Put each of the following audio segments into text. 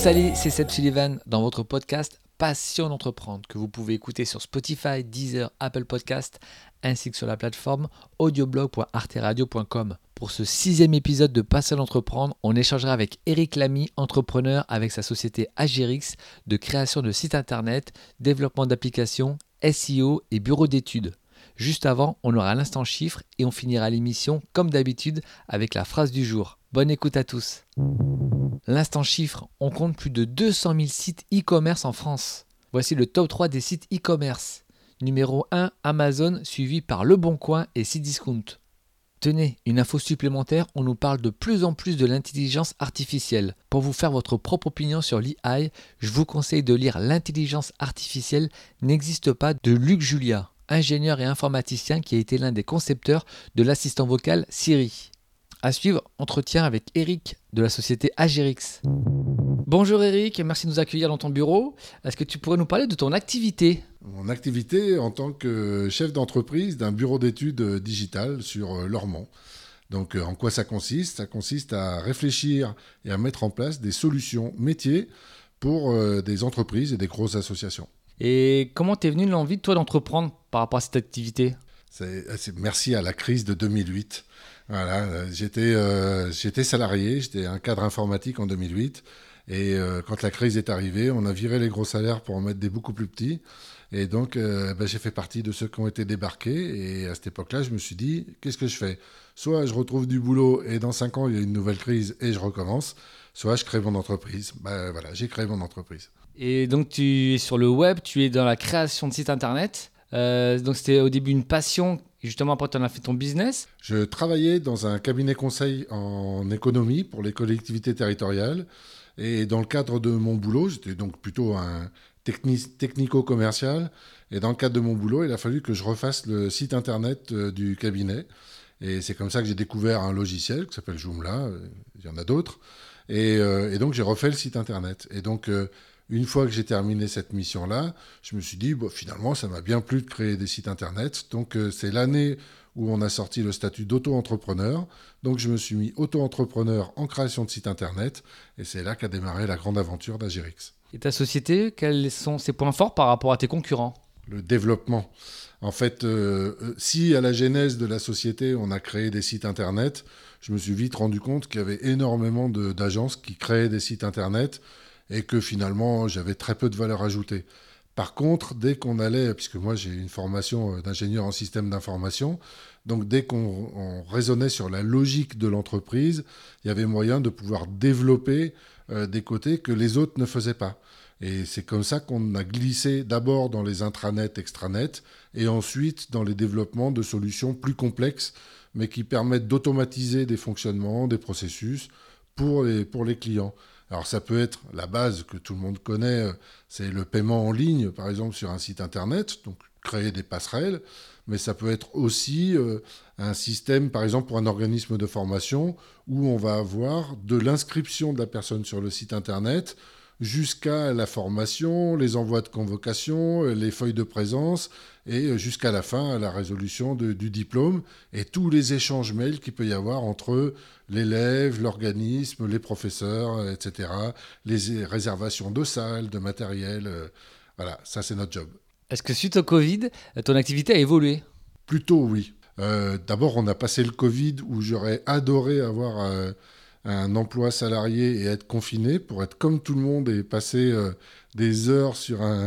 Salut, c'est Seb Sullivan dans votre podcast Passion d'entreprendre que vous pouvez écouter sur Spotify, Deezer, Apple Podcast ainsi que sur la plateforme audioblog.arteradio.com. Pour ce 6e épisode de Passion d'entreprendre, on échangera avec Eric Lamy, entrepreneur avec sa société Agirix de création de sites internet, développement d'applications, SEO et bureau d'études. Juste avant, on aura l'instant chiffre et on finira l'émission comme d'habitude avec la phrase du jour. Bonne écoute à tous. L'instant chiffre, on compte plus de 200 000 sites e-commerce en France. Voici le top 3 des sites e-commerce. Numéro 1, Amazon, suivi par Le Bon Coin et Cdiscount. Tenez, une info supplémentaire, on nous parle de plus en plus de l'intelligence artificielle. Pour vous faire votre propre opinion sur l'AI, je vous conseille de lire L'intelligence artificielle n'existe pas de Luc Julia, ingénieur et informaticien qui a été l'un des concepteurs de l'assistant vocal Siri. À suivre, entretien avec Eric de la société Agirix. Bonjour Eric, merci de nous accueillir dans ton bureau. Est-ce que tu pourrais nous parler de ton activité ? Mon activité en tant que chef d'entreprise d'un bureau d'études digitales sur Lormont. Donc en quoi ça consiste ? Ça consiste à réfléchir et à mettre en place des solutions métiers pour des entreprises et des grosses associations. Et comment t'es venu l'envie de toi d'entreprendre par rapport à cette activité ? Merci à la crise de 2008. Voilà, j'étais salarié, j'étais un cadre informatique en 2008. Et quand la crise est arrivée, on a viré les gros salaires pour en mettre des beaucoup plus petits. Et donc, j'ai fait partie de ceux qui ont été débarqués. Et à cette époque-là, je me suis dit, qu'est-ce que je fais ? Soit je retrouve du boulot et dans 5 ans, il y a une nouvelle crise et je recommence. Soit je crée mon entreprise. Voilà, j'ai créé mon entreprise. Et donc, tu es sur le web, tu es dans la création de sites internet. Donc, c'était au début une passion. Et justement, après, tu en as fait ton business. Je travaillais dans un cabinet conseil en économie pour les collectivités territoriales. Et dans le cadre de mon boulot, j'étais donc plutôt un technico-commercial. Et dans le cadre de mon boulot, il a fallu que je refasse le site internet du cabinet. Et c'est comme ça que j'ai découvert un logiciel qui s'appelle Joomla. Il y en a d'autres. Et donc, j'ai refait le site internet. Et donc, une fois que j'ai terminé cette mission-là, je me suis dit, finalement, ça m'a bien plu de créer des sites internet. Donc, c'est l'année où on a sorti le statut d'auto-entrepreneur. Donc, je me suis mis auto-entrepreneur en création de sites internet. Et c'est là qu'a démarré la grande aventure d'Agirix. Et ta société, quels sont ses points forts par rapport à tes concurrents ? Le développement. En fait, si à la genèse de la société, on a créé des sites internet, je me suis vite rendu compte qu'il y avait énormément d'agences qui créaient des sites internet et que finalement, j'avais très peu de valeur ajoutée. Par contre, dès qu'on allait, puisque moi j'ai une formation d'ingénieur en système d'information, donc dès qu'on raisonnait sur la logique de l'entreprise, il y avait moyen de pouvoir développer des côtés que les autres ne faisaient pas. Et c'est comme ça qu'on a glissé d'abord dans les intranets, extranets, et ensuite dans les développements de solutions plus complexes, mais qui permettent d'automatiser des fonctionnements, des processus pour les clients. Alors ça peut être la base que tout le monde connaît, c'est le paiement en ligne, par exemple sur un site internet, donc créer des passerelles, mais ça peut être aussi un système, par exemple pour un organisme de formation, où on va avoir de l'inscription de la personne sur le site internet jusqu'à la formation, les envois de convocation, les feuilles de présence, et jusqu'à la fin, à la résolution du diplôme, et tous les échanges mails qu'il peut y avoir entre l'élève, l'organisme, les professeurs, etc., les réservations de salles, de matériel, voilà, ça c'est notre job. Est-ce que suite au Covid, ton activité a évolué ? Plutôt oui. D'abord, on a passé le Covid où j'aurais adoré avoir un emploi salarié et être confiné pour être comme tout le monde et passer des heures sur un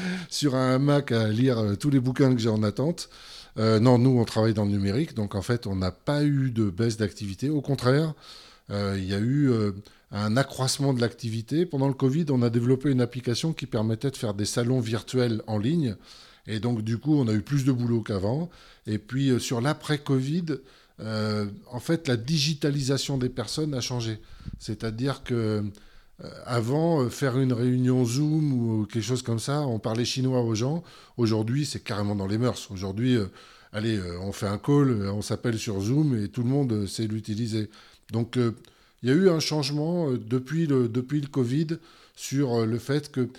hamac à lire tous les bouquins que j'ai en attente. Non, nous, on travaille dans le numérique, donc en fait, on n'a pas eu de baisse d'activité. Au contraire, il y a eu un accroissement de l'activité. Pendant le Covid, on a développé une application qui permettait de faire des salons virtuels en ligne. Et donc, du coup, on a eu plus de boulot qu'avant. Et puis, sur l'après-Covid, en fait, la digitalisation des personnes a changé. C'est-à-dire que avant, faire une réunion Zoom ou quelque chose comme ça, on parlait chinois aux gens. Aujourd'hui, c'est carrément dans les mœurs. Aujourd'hui, on fait un call, on s'appelle sur Zoom et tout le monde sait l'utiliser. Donc, il y a eu un changement depuis le Covid sur le fait que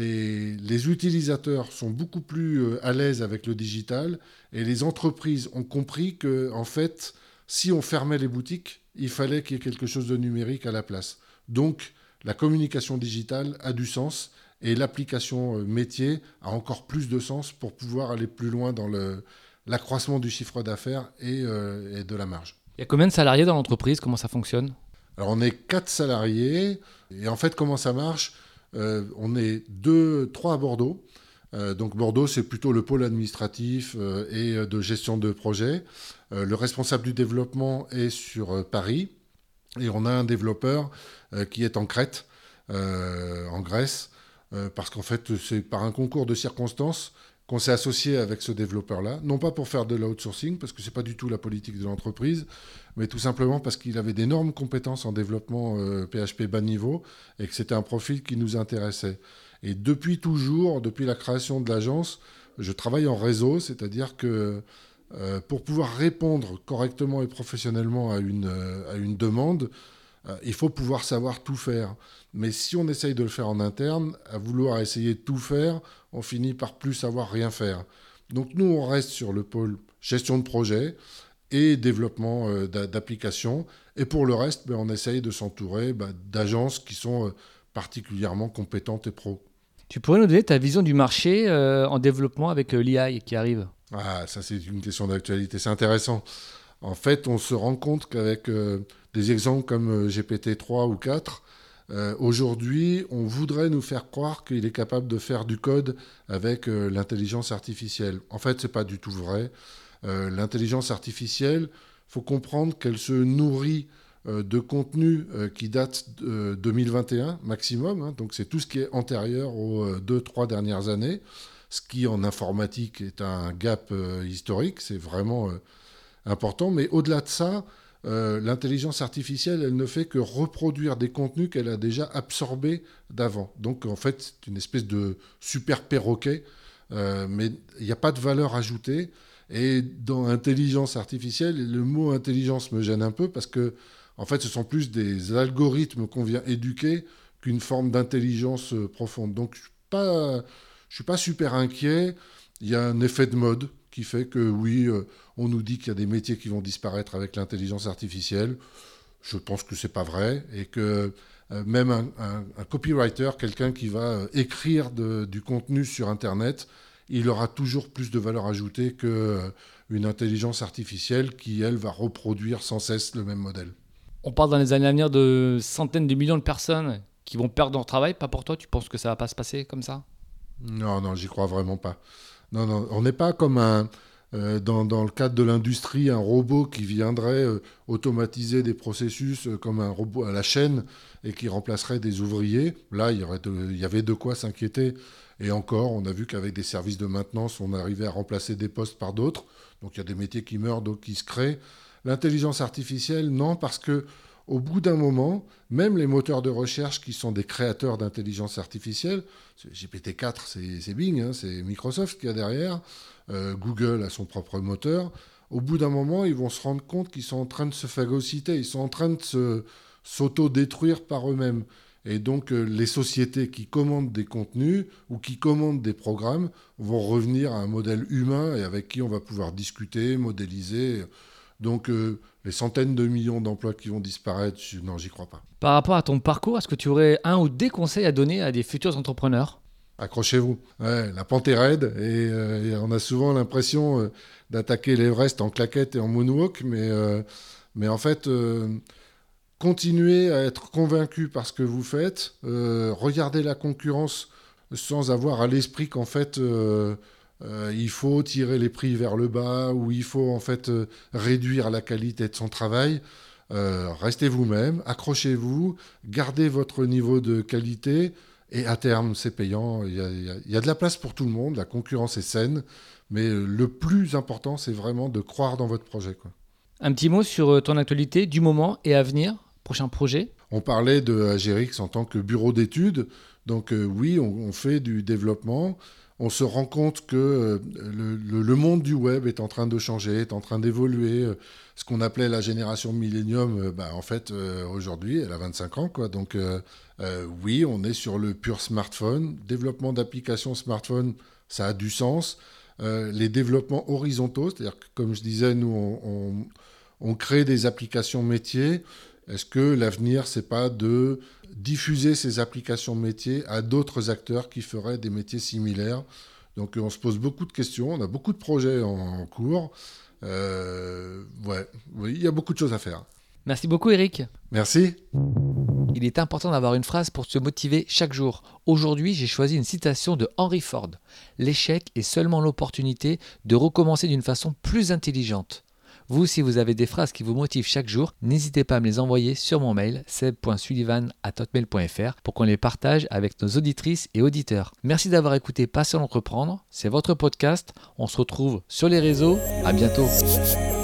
les utilisateurs sont beaucoup plus à l'aise avec le digital et les entreprises ont compris que, en fait, si on fermait les boutiques, il fallait qu'il y ait quelque chose de numérique à la place. Donc, la communication digitale a du sens et l'application métier a encore plus de sens pour pouvoir aller plus loin dans l'accroissement du chiffre d'affaires et de la marge. Il y a combien de salariés dans l'entreprise? Comment ça fonctionne? Alors on est 4 salariés et en fait comment ça marche? On est 3 à Bordeaux. Donc Bordeaux, c'est plutôt le pôle administratif et de gestion de projet. Le responsable du développement est sur Paris et on a un développeur qui est en Crète, en Grèce, parce qu'en fait c'est par un concours de circonstances qu'on s'est associé avec ce développeur-là, non pas pour faire de l'outsourcing, parce que ce n'est pas du tout la politique de l'entreprise, mais tout simplement parce qu'il avait d'énormes compétences en développement PHP bas niveau et que c'était un profil qui nous intéressait. Et depuis toujours, depuis la création de l'agence, je travaille en réseau, c'est-à-dire que pour pouvoir répondre correctement et professionnellement à une demande, il faut pouvoir savoir tout faire. Mais si on essaye de le faire en interne, à vouloir essayer de tout faire, on finit par plus savoir rien faire. Donc nous, on reste sur le pôle gestion de projet et développement d'applications. Et pour le reste, on essaye de s'entourer d'agences qui sont particulièrement compétentes et pros. Tu pourrais nous donner ta vision du marché en développement avec l'IA qui arrive? Ah, ça c'est une question d'actualité, c'est intéressant. En fait, on se rend compte qu'avec des exemples comme GPT-3 ou 4, aujourd'hui, on voudrait nous faire croire qu'il est capable de faire du code avec l'intelligence artificielle. En fait, ce n'est pas du tout vrai. L'intelligence artificielle, il faut comprendre qu'elle se nourrit de contenu qui date de 2021 maximum. Hein, donc, c'est tout ce qui est antérieur aux 2-3 dernières années. Ce qui, en informatique, est un gap historique. C'est vraiment important. Mais au-delà de ça, l'intelligence artificielle, elle ne fait que reproduire des contenus qu'elle a déjà absorbés d'avant. Donc, en fait, c'est une espèce de super perroquet, mais il n'y a pas de valeur ajoutée. Et dans intelligence artificielle, le mot intelligence me gêne un peu parce que, en fait, ce sont plus des algorithmes qu'on vient éduquer qu'une forme d'intelligence profonde. Donc, je ne suis pas super inquiet. Il y a un effet de mode qui fait que, oui, on nous dit qu'il y a des métiers qui vont disparaître avec l'intelligence artificielle. Je pense que ce n'est pas vrai et que même un copywriter, quelqu'un qui va écrire du contenu sur Internet, il aura toujours plus de valeur ajoutée qu'une intelligence artificielle qui, elle, va reproduire sans cesse le même modèle. On parle dans les années à venir de centaines de millions de personnes qui vont perdre leur travail. Pas pour toi, tu penses que ça ne va pas se passer comme ça? Non, j'y crois vraiment pas. Non, on n'est pas comme dans le cadre de l'industrie, un robot qui viendrait automatiser des processus comme un robot à la chaîne et qui remplacerait des ouvriers. Là, il y avait de quoi s'inquiéter. Et encore, on a vu qu'avec des services de maintenance, on arrivait à remplacer des postes par d'autres. Donc il y a des métiers qui meurent, d'autres qui se créent. L'intelligence artificielle, non, parce que au bout d'un moment, même les moteurs de recherche qui sont des créateurs d'intelligence artificielle, GPT-4, c'est Bing, hein, c'est Microsoft qui a derrière, Google a son propre moteur, au bout d'un moment, ils vont se rendre compte qu'ils sont en train de se phagocyter, ils sont en train de s'auto-détruire par eux-mêmes. Et donc, les sociétés qui commandent des contenus ou qui commandent des programmes vont revenir à un modèle humain et avec qui on va pouvoir discuter, modéliser. Donc, les centaines de millions d'emplois qui vont disparaître, non, j'y crois pas. Par rapport à ton parcours, est-ce que tu aurais un ou des conseils à donner à des futurs entrepreneurs? Accrochez-vous. Ouais, la pente est raide et on a souvent l'impression d'attaquer l'Everest en claquette et en moonwalk, mais en fait, continuez à être convaincu par ce que vous faites, regardez la concurrence sans avoir à l'esprit qu'en fait... il faut tirer les prix vers le bas ou il faut en fait réduire la qualité de son travail. Restez vous-même, accrochez-vous, gardez votre niveau de qualité et à terme, c'est payant. Il y a de la place pour tout le monde, la concurrence est saine, mais le plus important, c'est vraiment de croire dans votre projet, quoi. Un petit mot sur ton actualité du moment et à venir, prochain projet? On parlait de Agérix en tant que bureau d'études. Donc oui, on fait du développement. On se rend compte que le monde du web est en train de changer, est en train d'évoluer. Ce qu'on appelait la génération millénium, en fait, aujourd'hui, elle a 25 ans, quoi. Donc oui, on est sur le pur smartphone. Développement d'applications smartphone, ça a du sens. Les développements horizontaux, c'est-à-dire que, comme je disais, nous, on crée des applications métiers. Est-ce que l'avenir, c'est pas de diffuser ces applications métiers à d'autres acteurs qui feraient des métiers similaires? Donc on se pose beaucoup de questions, on a beaucoup de projets en cours. Oui, il y a beaucoup de choses à faire. Merci beaucoup Eric. Merci. Il est important d'avoir une phrase pour se motiver chaque jour. Aujourd'hui, j'ai choisi une citation de Henry Ford. L'échec est seulement l'opportunité de recommencer d'une façon plus intelligente. Vous, si vous avez des phrases qui vous motivent chaque jour, n'hésitez pas à me les envoyer sur mon mail seb.sullivan@hotmail.fr pour qu'on les partage avec nos auditrices et auditeurs. Merci d'avoir écouté Passer l'entreprendre. C'est votre podcast. On se retrouve sur les réseaux. À bientôt.